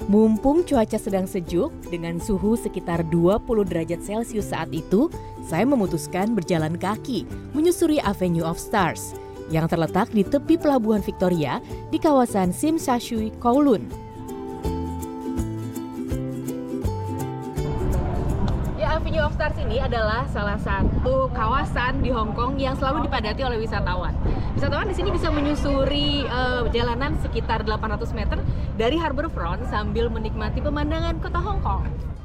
Mumpung cuaca sedang sejuk dengan suhu sekitar 20 derajat Celcius saat itu, saya memutuskan berjalan kaki menyusuri Avenue of Stars yang terletak di tepi Pelabuhan Victoria di kawasan Tsim Sha Tsui, Kowloon. Avenue of Stars ini adalah salah satu kawasan di Hong Kong yang selalu dipadati oleh wisatawan. Wisatawan di sini bisa menyusuri jalanan sekitar 800 meter dari Harbourfront sambil menikmati pemandangan kota Hong Kong.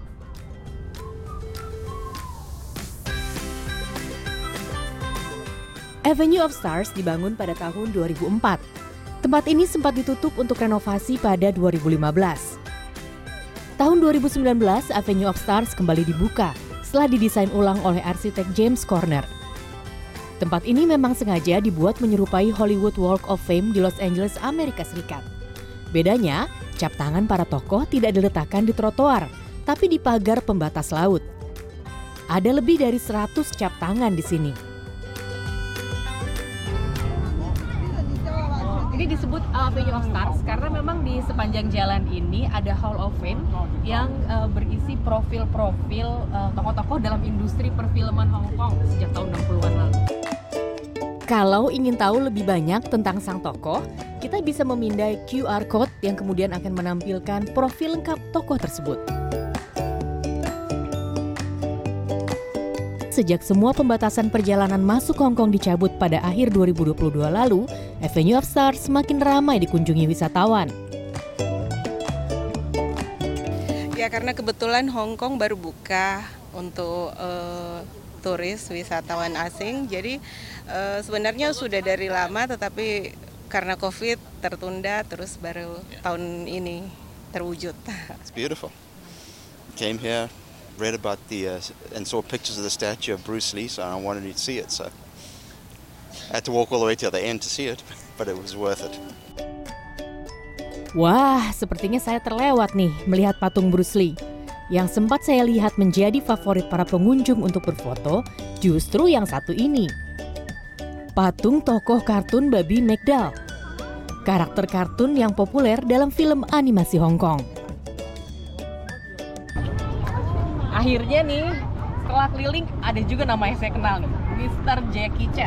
Avenue of Stars dibangun pada tahun 2004. Tempat ini sempat ditutup untuk renovasi pada 2015. Tahun 2019, Avenue of Stars kembali dibuka setelah didesain ulang oleh arsitek James Corner. Tempat ini memang sengaja dibuat menyerupai Hollywood Walk of Fame di Los Angeles, Amerika Serikat. Bedanya, cap tangan para tokoh tidak diletakkan di trotoar, tapi di pagar pembatas laut. Ada lebih dari 100 cap tangan di sini. Ini disebut Avenue of Stars karena memang di sepanjang jalan ini ada Hall of Fame yang berisi profil-profil tokoh-tokoh dalam industri perfilman Hong Kong sejak tahun 60-an lalu. Kalau ingin tahu lebih banyak tentang sang tokoh, kita bisa memindai QR Code yang kemudian akan menampilkan profil lengkap tokoh tersebut. Sejak semua pembatasan perjalanan masuk Hong Kong dicabut pada akhir 2022 lalu, Avenue of Stars semakin ramai dikunjungi wisatawan. Ya karena kebetulan Hong Kong baru buka untuk turis wisatawan asing, jadi sebenarnya sudah dari lama tetapi karena COVID tertunda terus baru tahun ini terwujud. It's beautiful. Came here. Read about and saw pictures of the statue of Bruce Lee, so I wanted to see it. So I had to walk all the way to the end to see it, but it was worth it. Wah, sepertinya saya terlewat nih melihat patung Bruce Lee. Yang sempat saya lihat menjadi favorit para pengunjung untuk berfoto, justru yang satu ini. Patung tokoh kartun babi McDowell. Karakter kartun yang populer dalam film animasi Hong Kong. Akhirnya nih, setelah keliling ada juga nama yang saya kenal nih, Mr. Jackie Chan.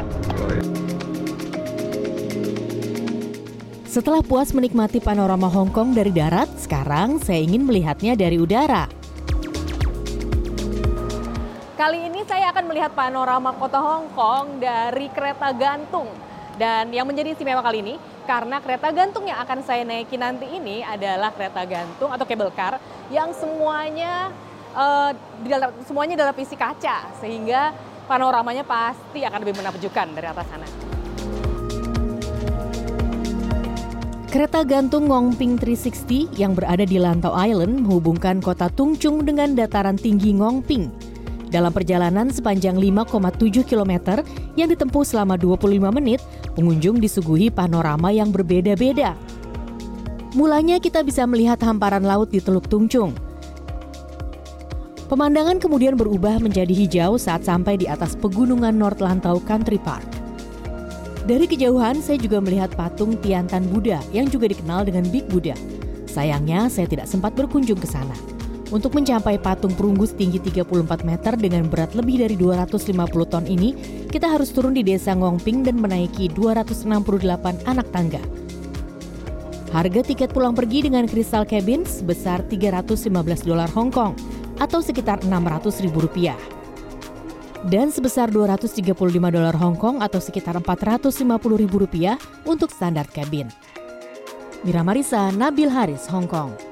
Setelah puas menikmati panorama Hong Kong dari darat, sekarang saya ingin melihatnya dari udara. Kali ini saya akan melihat panorama kota Hong Kong dari kereta gantung. Dan yang menjadi istimewa kali ini, karena kereta gantung yang akan saya naiki nanti ini adalah kereta gantung atau cable car yang semuanya dalam isi kaca, sehingga panoramanya pasti akan lebih menakjubkan dari atas sana. Kereta gantung Ngong Ping 360 yang berada di Lantau Island menghubungkan kota Tung Chung dengan dataran tinggi Ngong Ping. Dalam perjalanan sepanjang 5,7 km yang ditempuh selama 25 menit, pengunjung disuguhi panorama yang berbeda-beda. Mulanya kita bisa melihat hamparan laut di Teluk Tung Chung. Pemandangan kemudian berubah menjadi hijau saat sampai di atas pegunungan North Lantau Country Park. Dari kejauhan saya juga melihat patung Tiantan Buddha yang juga dikenal dengan Big Buddha. Sayangnya saya tidak sempat berkunjung ke sana. Untuk mencapai patung perunggu setinggi 34 meter dengan berat lebih dari 250 ton ini, kita harus turun di desa Ngong Ping dan menaiki 268 anak tangga. Harga tiket pulang pergi dengan Crystal Cabin sebesar $315 Hong Kong atau sekitar Rp600.000. Dan sebesar $235 Hong Kong atau sekitar Rp450.000 untuk standar cabin. Mira Marissa, Nabil Haris, Hong Kong.